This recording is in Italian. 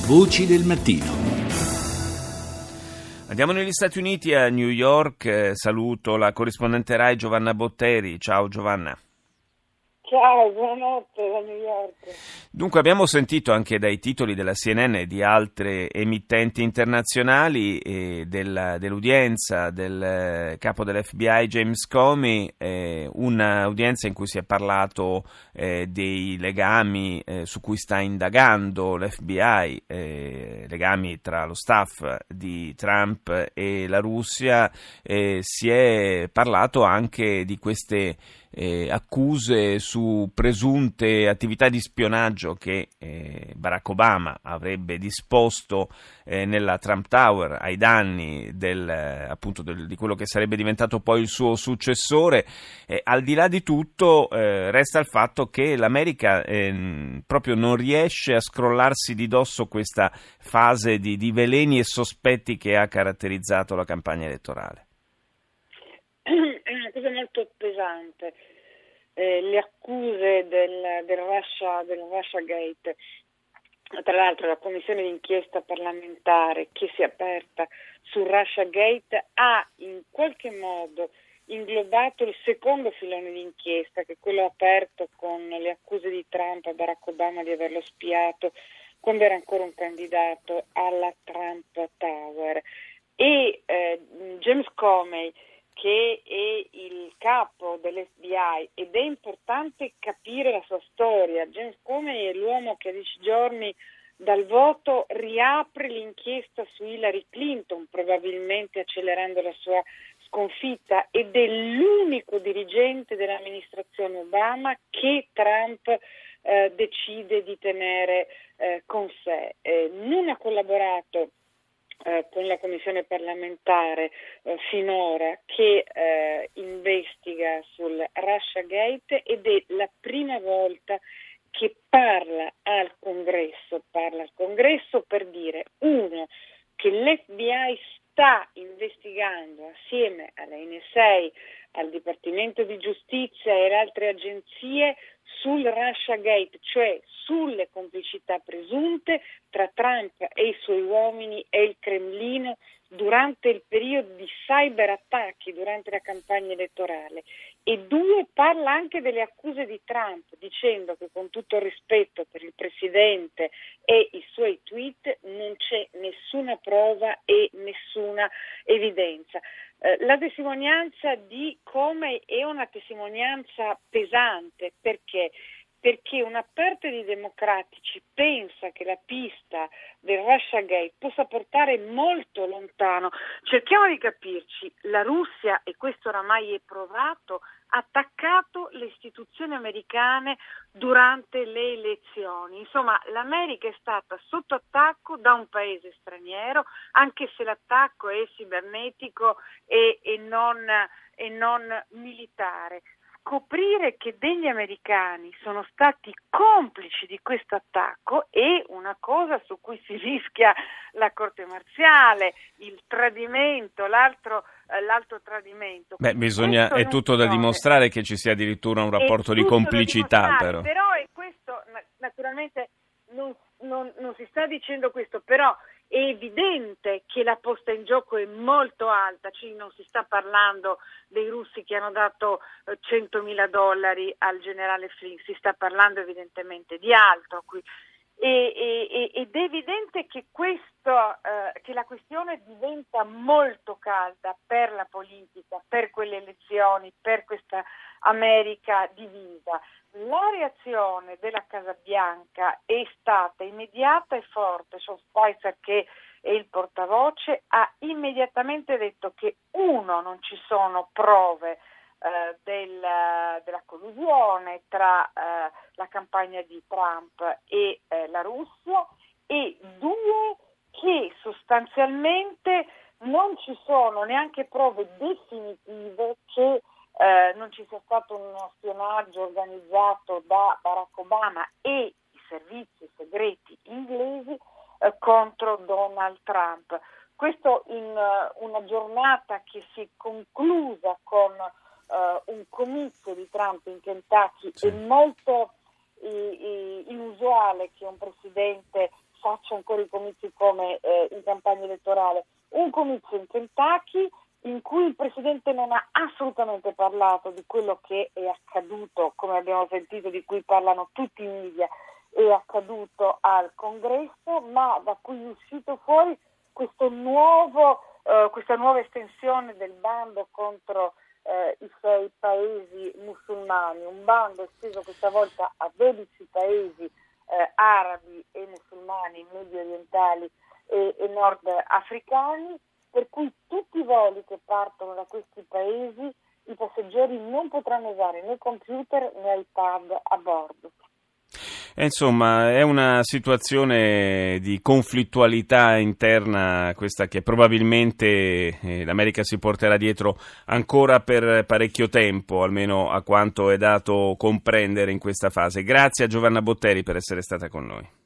Voci del mattino. Andiamo negli Stati Uniti, a New York. Saluto la corrispondente Rai Giovanna Botteri. Ciao Giovanna. Ciao, buonanotte da New York. Dunque, abbiamo sentito anche dai titoli della CNN e di altre emittenti internazionali dell'udienza del capo dell'FBI James Comey, un'udienza in cui si è parlato dei legami su cui sta indagando l'FBI, legami tra lo staff di Trump e la Russia. Si è parlato anche di queste accuse su presunte attività di spionaggio che Barack Obama avrebbe disposto nella Trump Tower ai danni di quello che sarebbe diventato poi il suo successore. Al di là di tutto resta il fatto che l'America proprio non riesce a scrollarsi di dosso questa fase di veleni e sospetti che ha caratterizzato la campagna elettorale. È una cosa molto pesante, le accuse del Russia Gate. Tra l'altro la commissione d'inchiesta parlamentare che si è aperta sul Russia Gate ha in qualche modo inglobato il secondo filone d'inchiesta, che è quello aperto con le accuse di Trump a Barack Obama di averlo spiato quando era ancora un candidato alla Trump Tower. E James Comey, che è il capo dell'FBI, ed è importante capire la sua storia. James Comey è l'uomo che a 10 giorni dal voto riapre l'inchiesta su Hillary Clinton, probabilmente accelerando la sua sconfitta, ed è l'unico dirigente dell'amministrazione Obama che Trump decide di tenere con sé. Non ha collaborato con la commissione parlamentare finora che investiga sul Russia Gate, ed è la prima volta che parla al Congresso per dire, uno, che l'FBI sta investigando assieme alla NSA, al Dipartimento di Giustizia e alle altre agenzie sul Russia Gate, cioè sulle complicità presunte tra Trump e i suoi uomini e il Cremlino durante il periodo di cyberattacchi durante la campagna elettorale. E due, parla anche delle accuse di Trump, dicendo che, con tutto il rispetto per il presidente e i suoi tweet, non c'è nessuna prova e nessuna evidenza. La testimonianza di Comey è una testimonianza pesante. Perché una parte di democratici pensa che la pista del Russia Gate possa portare molto lontano. Cerchiamo di capirci: la Russia, e questo oramai è provato, ha attaccato le istituzioni americane durante le elezioni. Insomma, l'America è stata sotto attacco da un paese straniero, anche se l'attacco è cibernetico e non militare. Scoprire che degli americani sono stati complici di questo attacco è una cosa su cui si rischia la corte marziale, il tradimento, l'altro tradimento. È tutto da dimostrare che ci sia addirittura un rapporto di complicità, però e questo naturalmente non si sta dicendo questo, però è evidente che la posta in gioco è molto alta, cioè non si sta parlando dei russi che hanno dato $100.000 al generale Flynn, si sta parlando evidentemente di altro qui. Ed è evidente che che la questione diventa molto calda per la politica, per quelle elezioni, per questa America divisa. La reazione della Casa Bianca è stata immediata e forte. Sean Spicer, che è il portavoce, ha immediatamente detto che non ci sono prove della collusione tra la campagna di Trump e la Russia, e due, che sostanzialmente non ci sono neanche prove definitive che non ci sia stato uno spionaggio organizzato da Barack Obama e i servizi segreti inglesi contro Donald Trump. Questo in una giornata che si è conclusa con un comizio di Trump in Kentucky. Sì. È molto inusuale che un presidente faccia un piccoli comizi come in campagna elettorale, un comizio in Kentucky in cui il Presidente non ha assolutamente parlato di quello che è accaduto, come abbiamo sentito, di cui parlano tutti i media, è accaduto al Congresso, ma da cui è uscito fuori questa nuova estensione del bando contro i 6 paesi musulmani, un bando esteso questa volta a 12 paesi arabi e musulmani, medio orientali e nordafricani, per cui tutti i voli che partono da questi paesi i passeggeri non potranno usare né computer né iPad a bordo. Insomma, è una situazione di conflittualità interna questa che probabilmente l'America si porterà dietro ancora per parecchio tempo, almeno a quanto è dato comprendere in questa fase. Grazie a Giovanna Botteri per essere stata con noi.